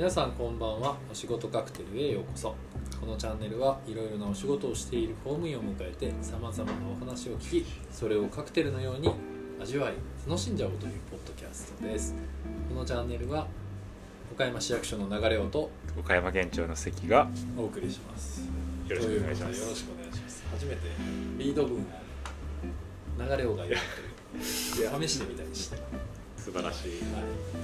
皆さんこんばんは。お仕事カクテルへようこそ。このチャンネルはいろいろなお仕事をしている公務員を迎えてさまざまなお話を聞き、それをカクテルのように味わい楽しんじゃおうというポッドキャストです。このチャンネルは岡山市役所の流れをと岡山県庁の関がお送りします。 よろしくお願いします。 よろしくお願いします。初めてリード文を流れをがやるという試してみたりして素晴らしい、 はい、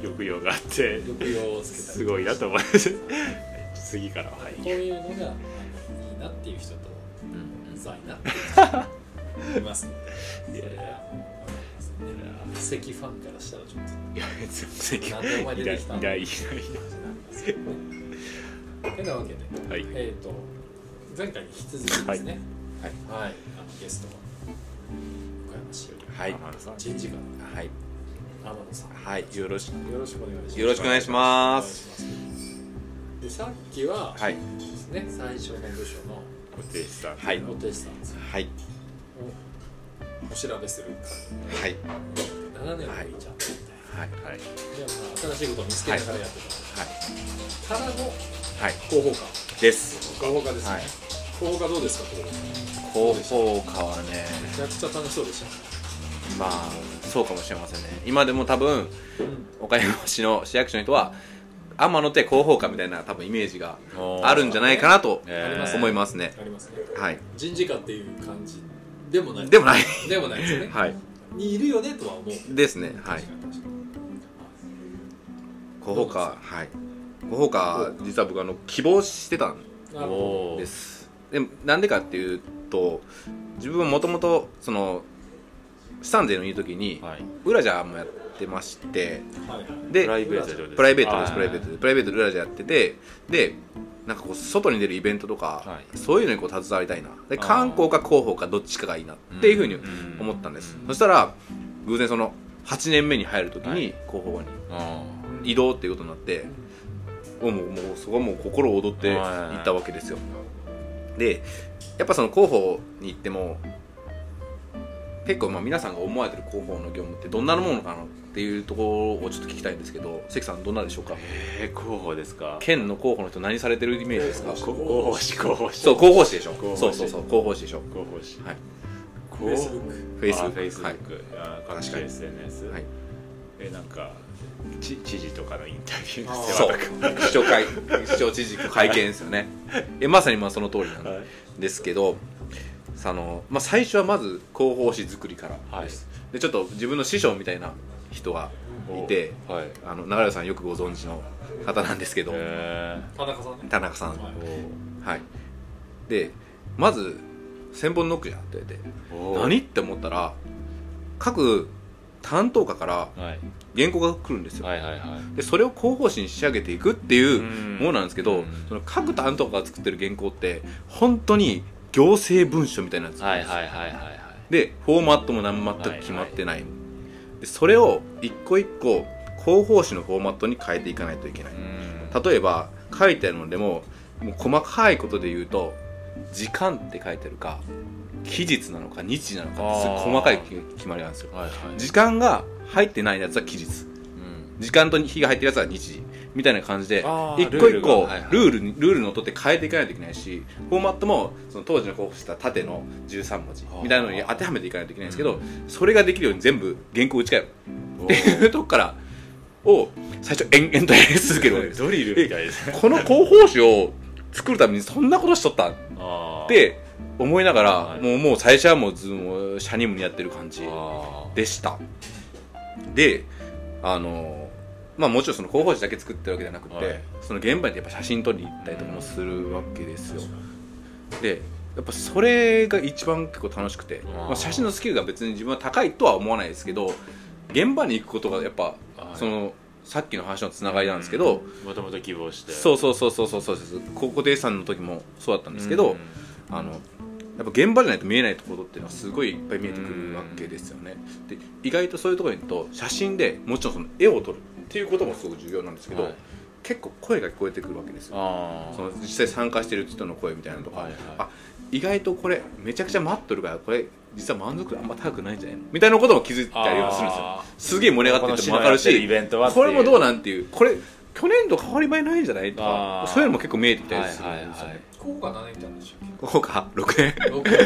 抑揚があって抑揚をつけたりすごいなと思います次からは、はい、 こういうのがいいなっていう人とうざいなっていう人いますので、それは関ファンからしたらちょっといや関なんでお前出てきたんだいないてなわけで、 はい、 前回に引き続きですね、はいはい、ゲストは岡山市よりはい、 人事課はい、 天野さん、 はい、よろしくお願いします。 よろしくお願いします。 でさっきは、 はい、 ですね、最初の部署のお手師さん、 はい、 お手師さんはいお調べするはい、 7年もいちゃったみたいな、 はい、 はい、 で新しいことを見つけながらやってた、からのはい、 広報課です広報課ですね、 はい、 広報課どうですか？ 広報課はね、 めちゃくちゃ楽しそうでしたね。 まあそうかもしれませんね。今でも多分、岡山市の市役所の人は天野って広報課みたいな多分イメージがあるんじゃないかなと思いますね。 ありますね。 はい。 人事課っていう感じでもない。 でもない。 でもないですよね。 はい。 にいるよねとは思う。 ですね。はい。広報課、はい。広報課実は僕希望してたんです。でなんでかっていうと、自分はもともとその資産税のいい時に、はい、ウラジャーもやってまして、はい、でプライベートです。 プライベートでウラジャーやってて、でなんかこう外に出るイベントとか、はい、そういうのにこう携わりたいな。で観光か広報かどっちかがいいなっていうふうに思ったんです。そしたら偶然その8年目に入る時に広報に移動っていうことになって、もうそこはもう心躍っていったわけですよ。でやっぱその広報に行っても結構皆さんが思われてる広報の業務ってどんなものかなっていうところをちょっと聞きたいんですけど、関さんどんなでしょうか？ 広報ですか？ 県の広報の人何されてるイメージですか？ 広報誌そう広報誌でしょ。そう広報誌でしょ。 広報誌、はい、 フェイスブック、 はい、各種 SNS、はい、なんか知事とかのインタビューの世話とか市長知事会見ですよねまさにその通りなんですけど、最初はまず広報誌作りからです、はい、でちょっと自分の師匠みたいな人がいて、はい、流れさんよくご存知の方なんですけど、田中さん、はい、でまず千本ノックじゃんって言って何って思ったら各担当課から原稿が来るんですよ、でそれを広報誌に仕上げていくっていうものなんですけど、その各担当課が作ってる原稿って本当に行政文書みたいなやつでフォーマットも全く決まってない、でそれを一個一個広報誌のフォーマットに変えていかないといけない。例えば書いてあるのでもう細かいことで言うと時間って書いてあるか期日なのか日時なのかって細かい決まりなんですよ、時間が入ってないやつは期日、時間と日が入ってるやつは日時みたいな感じで一個一個ルールのとって変えていかないといけないし、フォーマットもその当時の候補した縦の13文字みたいなのに当てはめていかないといけないんですけど、それができるように全部原稿打ち替えるっていうとこからを最初延々とやり続けるわけです。 ドリルみたいですね。 この広報誌を作るためにそんなことしとったって思いながら、もう最初はもうシャニムにやってる感じでした。でもちろんその広報誌だけ作ってるわけじゃなくて、その現場にやっぱ写真撮りに行ったりとかもするわけですよ。でやっぱそれが一番結構楽しくて、写真のスキルが別に自分は高いとは思わないですけど、現場に行くことがやっぱそのさっきの話のつながりなんですけど、 もともと希望してそうです高校定さんの時もそうだったんですけど、やっぱ現場じゃないと見えないところっていうのはすごいいっぱい見えてくるわけですよね。で意外とそういうところに行くと写真でもちろんその絵を撮るっていうこともすごく重要なんですけど、結構声が聞こえてくるわけですよ。その実際参加してる人の声みたいなのとか、意外とこれめちゃくちゃ待っとるからこれ実は満足度あんま高くないんじゃないのみたいなことも気づいたりはするんですよ。すげえ盛り上がってるのも分かるし、これもどうなんていう、これ去年と変わり映えないんじゃないとかそういうのも結構見えてきたりするんですよね。 効果何年いたんでしょう。 効果6年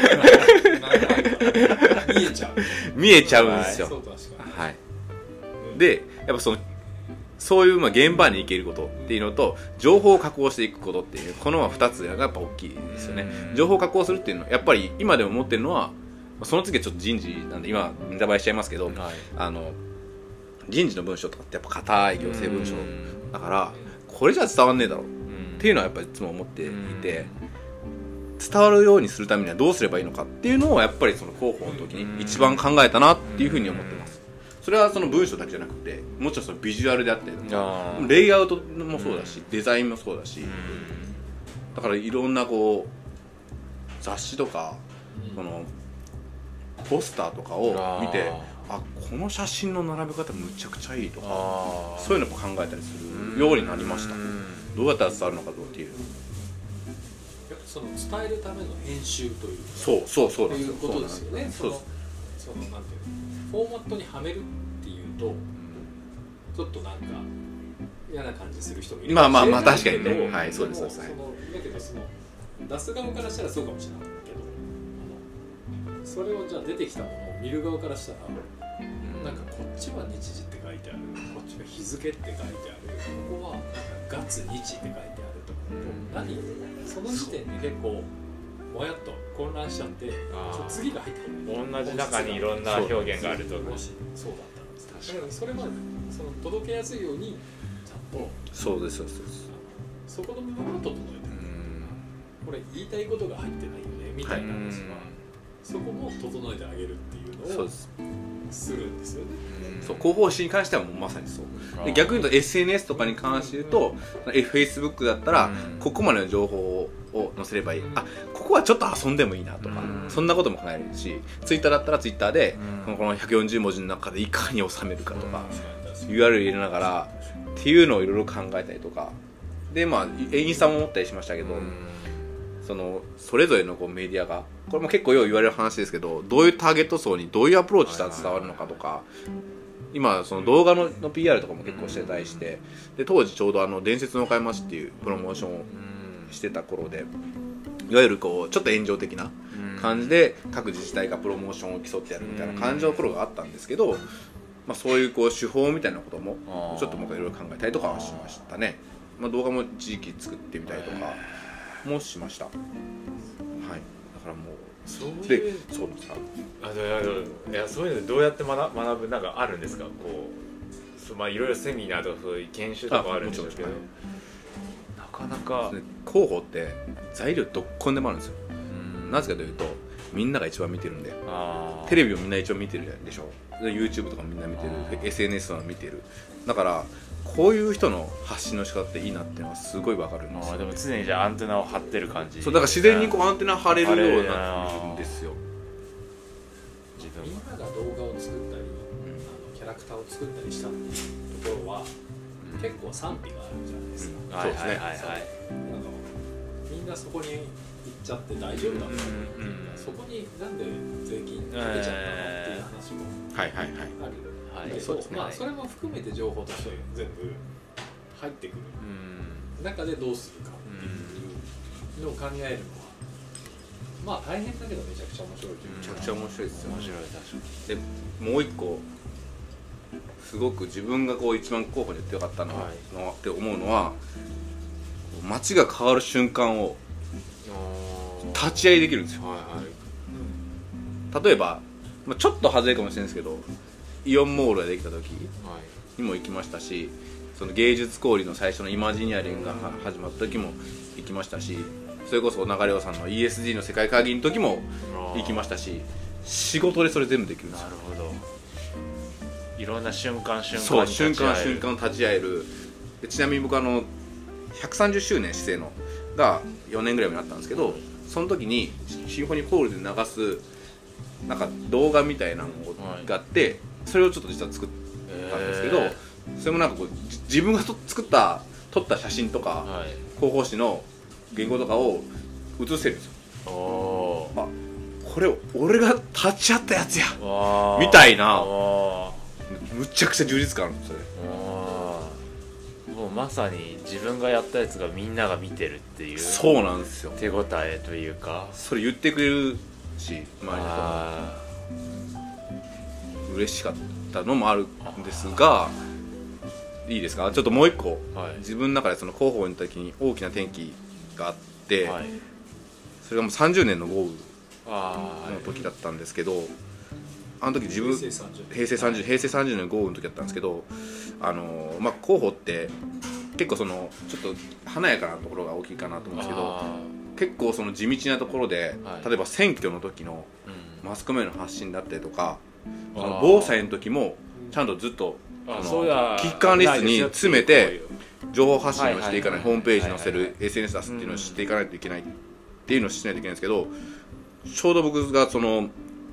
見えちゃう見えちゃうんですよ。 そう確かに、 はい、でやっぱそういう現場に行けることっていうのと情報を加工していくことっていうこの2つがやっぱ大きいですよね。情報を加工するっていうのはやっぱり今でも思ってるのはその次はちょっと人事なんで今ネタバレしちゃいますけど、はい、人事の文章とかってやっぱ硬い行政文章だからこれじゃ伝わんねえだろっていうのはやっぱりいつも思っていて、伝わるようにするためにはどうすればいいのかっていうのをやっぱりその広報の時に一番考えたなっていうふうに思ってます。それはその文章だけじゃなくてもちろんそのビジュアルであったりとかレイアウトもそうだしデザインもそうだし、だからいろんな雑誌とかこのポスターとかを見てこの写真の並べ方むちゃくちゃいいとかそういうのも考えたりするようになりました。どうやったら伝わるのかどうっていうその伝えるための編集というそういうことですよね。そのなんていうのフォーマットにはめるっていうとちょっとなんか嫌な感じする人もいるかもしれない確かにね、はい、そうですそうです。 だけど出す側からしたらそうかもしれないけどそれをじゃあ出てきたものを見る側からしたらなんかこっちは日時って書いてあるこっちは日付って書いてあるここはガツ日って書いてあるとかその時点で結構もやっと混乱しちゃって次が入ってこない。 同じ中にいろんな表現があるともしそうだったんです。だからそれは届けやすいようにちゃんとそうですそこの部分を整えてる。これ言いたいことが入ってないよねみたいな話はそこも整えてあげるっていうのをするんですよね。 そう広報誌に関してはもうまさにそうで逆に言うと SNS とかに関して言うとFacebook だったらここまでの情報を載せればいいここはちょっと遊んでもいいなとかそんなことも考えるし Twitter だったら Twitter でこの140文字の中でいかに収めるかとか URL 入れながらっていうのをいろいろ考えたりとかでインスタも思ったりしましたけどそれぞれのメディアがこれも結構よう言われる話ですけどどういうターゲット層にどういうアプローチしたら伝わるのかとか今その動画の PR とかも結構してたりしてで当時ちょうど伝説の岡山市っていうプロモーションをしてた頃でいわゆるちょっと炎上的な感じで各自治体がプロモーションを競ってやるみたいな感じの頃があったんですけどそういう手法みたいなこともちょっといろいろ考えたりとかはしましたね。動画も一時期作ってみたりとかもしました。はい、だからもうそうですか。いやそういうのどうやって学ぶなんかあるんですか。いろいろセミナーとかそういう研修とかあるんでしょうけど、なかなか広報って材料どっこんでもあるんですよ。なぜかというとみんなが一番見てるんでテレビをみんな一番見てるでしょ。YouTube とかみんな見てる SNS は見てる。だからこういう人の発信の仕方っていいなっていうのはすごい分かるんですよ。 でも常にじゃあアンテナを張ってる感じ。 そうだから自然にアンテナ張れるようになってるんですよ。 みんなが動画を作ったり、キャラクターを作ったりしたところは、結構賛否があるじゃないですか。 そうですね。 みんなそこに行っちゃって大丈夫だったのそこになんで税金かけちゃったのっていう話もある。そうですね。それも含めて情報として全部入ってくる中でどうするかっていうのを考えるのは大変だけどめちゃくちゃ面白いというか。 めちゃくちゃ面白いですよ。 面白い。確かに。でもう一個すごく自分が一番候補に言ってよかったのって思うのは街が変わる瞬間を立ち会いできるんですよ。例えばちょっと外れかもしれないですけどイオンモールができた時にも行きましたしその芸術交流の最初のイマジニアリングが始まった時も行きましたしそれこそ流れさんの ESG の世界会議の時も行きましたし仕事でそれ全部できるんですよ。 なるほど。いろんな瞬間にそう瞬間立ち会える。でちなみに僕130周年指定のが4年ぐらいになったんですけどその時にシンフォニーホールで流すなんか動画みたいなのがあってそれをちょっと実は作ったんですけどそれもなんか自分が撮った写真とか広報誌の原稿とかを写せるんですよ。これ俺が立ち会ったやつやみたいなむちゃくちゃ充実感あるんですよね。 もうまさに自分がやったやつがみんなが見てるっていうそうなんですよ。 手応えというか、 それ言ってくれるし、周りの人も嬉しかったのもあるんですが、いいですか、ちょっともう一個、 はい、 自分の中でその広報の時に大きな転機があって、 はい、 それがもう30年の豪雨のの時だったんですけど、あの時自分平成 30年の豪雨の時だったんですけど、広報って結構そのちょっと華やかなところが大きいかなと思うんですけど、結構その地道なところで、 はい、 例えば選挙の時のマスコミへの発信だったりとか、その防災の時もちゃんとずっと危機管理室に詰めて情報発信をしていかない、ホームページ載せる、SNS 出すっていうのをしていかないといけないっていうのをしないといけないんですけど、ちょうど僕がその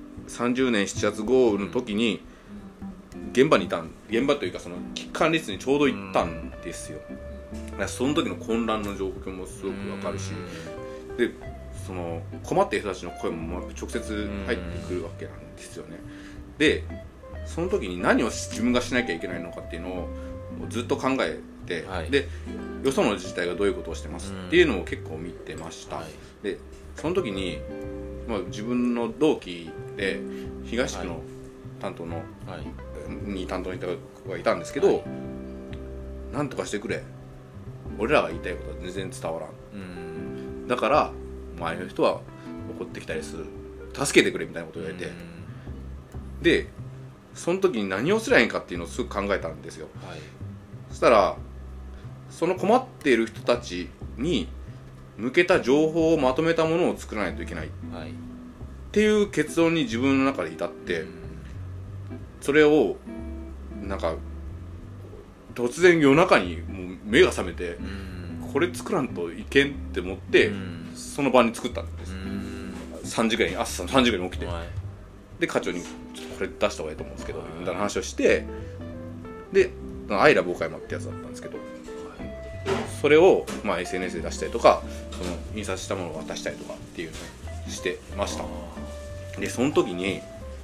30年7月豪雨の時に現場というかその危機管理室にちょうど行ったんですよ。その時の混乱の状況もすごくわかるし、でその困っている人たちの声も直接入ってくるわけなんですよね。でその時に何を自分がしなきゃいけないのかっていうのをずっと考えて、はい、でよその自治体がどういうことをしてますっていうのを結構見てました、はい、でその時に、自分の同期で東区の担当の、はい、に担当の人がいたんですけど、はい、なんとかしてくれ、俺らが言いたいことは全然伝わらん、だから周りの人は怒ってきたりする、助けてくれみたいなことを言われて、でその時に何をすりゃいいかっていうのをすぐ考えたんですよ、はい、そしたらその困っている人たちに向けた情報をまとめたものを作らないといけない、はい、っていう結論に自分の中で至って、それをなんか突然夜中にもう目が覚めて、これ作らんといけんって思って、その晩に作ったんです、3時ぐらいに朝3時ぐらいに起きて、はい、で課長にちょっとこれ出した方がいいと思うんですけど、みたいな話をして、でアイラブ岡山ってやつだったんですけど、それをSNS で出したりとか、その印刷したものを渡したりとかっていうのをしてました。でその時に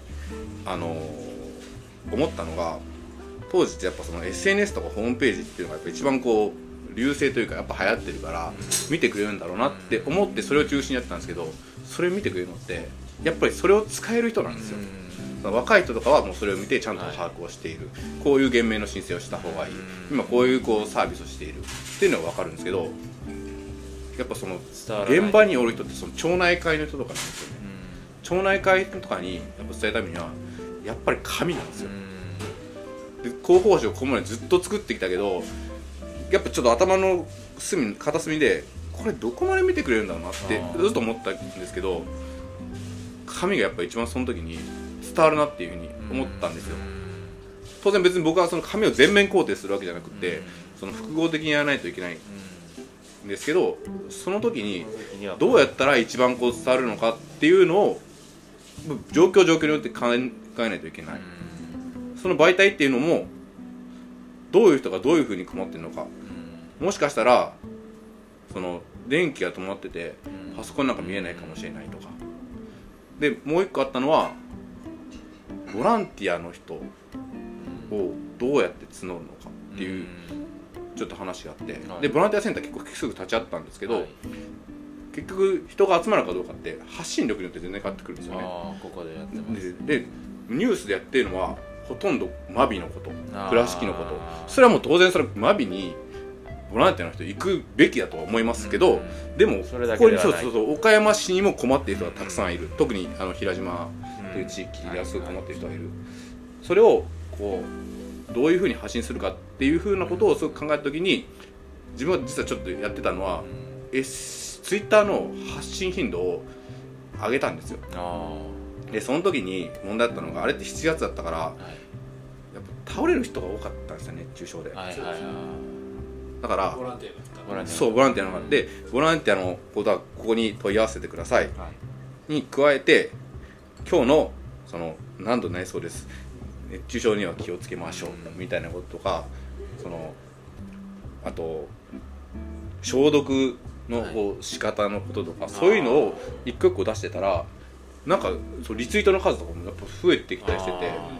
思ったのが、当時ってやっぱその SNS とかホームページっていうのがやっぱ一番こう流行というかやっぱ流行ってるから見てくれるんだろうなって思ってそれを中心にやってたんですけど、それを見てくれるのってやっぱりそれを使える人なんですよ。若い人とかはもうそれを見てちゃんと把握をしている、こういう減免の申請をした方がいい、今こういうサービスをしているっていうのは分かるんですけど、やっぱその現場におる人ってその町内会の人とかなんですよね。町内会とかにやっぱ伝えるためにはやっぱり紙なんですよ。で広報誌をここまでずっと作ってきたけど、やっぱちょっと頭の片隅でこれどこまで見てくれるんだろうなってずっと思ったんですけど、紙がやっぱ一番その時に伝わるなっていうふうに思ったんですよ。当然別に僕はその紙を全面肯定するわけじゃなくて、その複合的にやらないといけないんですけど、その時にどうやったら一番こう伝わるのかっていうのを状況によって考えないといけない。その媒体っていうのもどういう人がどういうふうに困ってるのか、もしかしたらその電気が止まっててパソコンなんか見えないかもしれないとかで、もう一個あったのはボランティアの人をどうやって募るのかっていうちょっと話があって、でボランティアセンター結構すぐ立ち会ったんですけど、結局人が集まるかどうかって発信力によって全然変わってくるんですよね。 ここでやってます。 でニュースでやってるのはほとんどマビのこと、倉敷のこと、それはもう当然それマビにボランティアの人行くべきだとは思いますけど、でもここにそう岡山市にも困っている人がたくさんいる、特に平島という地域ですごく困っている人がいる。それをこうどういうふうに発信するかっていうふうなことをすごく考えたときに、自分は実はちょっとやってたのは、ツイッターの発信頻度を上げたんですよ。でその時に問題だったのが、あれって7月だったから、やっぱ倒れる人が多かったんですよね、熱中症で。だからボランティアの方で、ボランティアのことはここに問い合わせてください、に加えて、今日のその何度になりそうです、熱中症には気をつけましょうみたいなこととか、そのあと消毒の仕方のこととか、そういうのを一個一個出してたら、なんかそうリツイートの数とかもやっぱ増えてきたりしてて、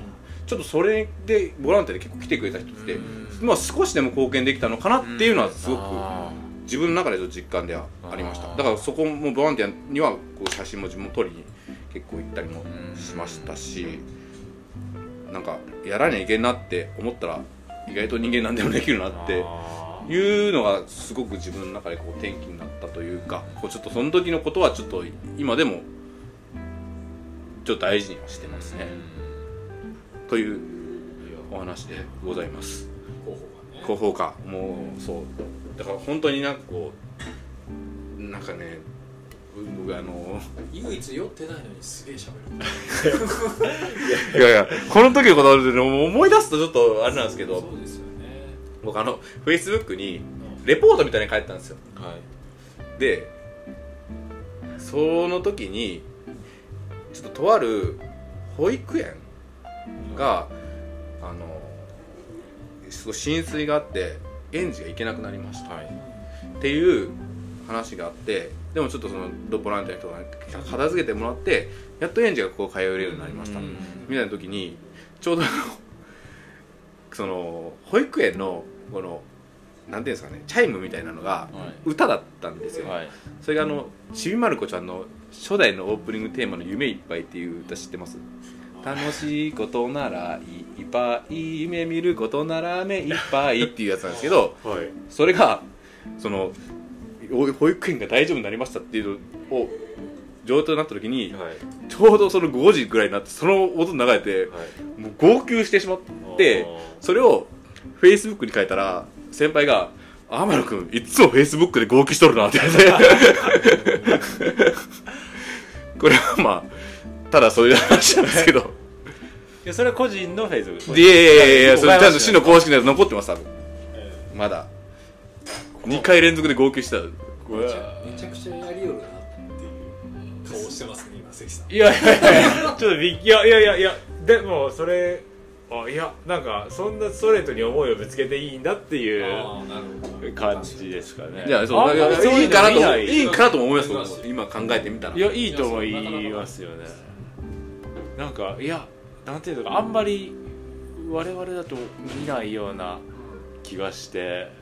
ちょっとそれでボランティアで結構来てくれた人ってまあ少しでも貢献できたのかなっていうのはすごく自分の中での実感ではありました。だからそこもボランティアにはこう写真も自分も撮りに結構行ったりもしましたし、なんかやらにゃいけんなって思ったら意外と人間何でもできるなっていうのがすごく自分の中でこう転機になったというか、こうちょっとその時のことはちょっと今でもちょっと大事にはしてますね、というお話でございます。広報課もうそうだから本当になんかこうなんかね、僕唯一酔ってないのにすげえ喋るいやいやこの時のことで思い出すとちょっとあれなんですけど、 そうですよね。 僕Facebook にレポートみたいに書いてたんですよ、 はい、 でその時にちょっととある保育園がすごい浸水があって園児が行けなくなりました、はい、っていう話があって、でもちょっとそのボランティアの人が片付けてもらってやっと園児がここ通えるようになりました、みたいな時にちょうどその保育園のこのなんていうんですかね、チャイムみたいなのが歌だったんですよ、はい、それがちびまる子ちゃんの初代のオープニングテーマの夢いっぱいっていう歌知ってます？楽しいことならいっぱい夢見ることなら目いっぱいっていうやつなんですけど、はい、それがその保育園が大丈夫になりましたっていうのを状態になった時に、はい、ちょうどその5時ぐらいになってその音流れて、はい、もう号泣してしまって、それを Facebook に書いたら先輩が「天野くんいつも Facebook で号泣しとるな」って言ってこれはまあただそういう話なんですけどいやそれは個人のフェイスいやそれちゃんと市の公式のやつ残ってます多分、まだ2回連続で号泣した。 めちゃくちゃやりよるなっていう顔してますね今関さん。 いやちょっといやでもそれいやなんかそんなストレートに思いをぶつけていいんだっていう感じですかね。 いやそういいかなと思います。今考えてみたらいやいいと思いますよね。なんかいやなんていうのかあんまり我々だと見ないような気がして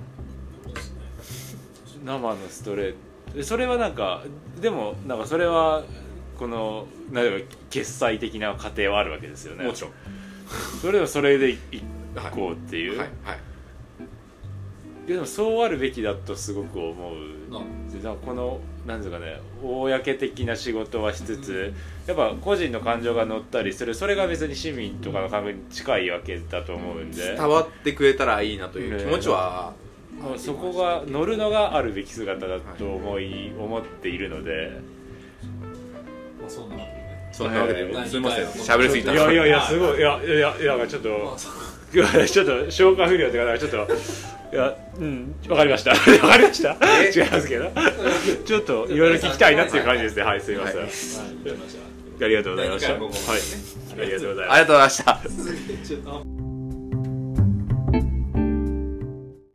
生のストレートそれはなんかでもなんかそれはこの例えば決済的な過程はあるわけですよね。 もちろんそれはそれでいこうっていう、はいはいはい、でもそうあるべきだとすごく思う。だからこのなんですかね公的な仕事はしつつやっぱ個人の感情が乗ったりするそれが別に市民とかの感覚に近いわけだと思うんで伝わってくれたらいいなという気持ちは、 もうそこが乗るのがあるべき姿だと思っているので、 まあそんなわけでね。 そんなわけですみません喋りすぎた。 いやすごいいやちょっとちょっと消化不良というかちょっといやわかりましたわかりました違いますけどちょっといろいろ聞きたいなっていう感じですね。はいすみません、ありがとうございました。はいありがとうございました。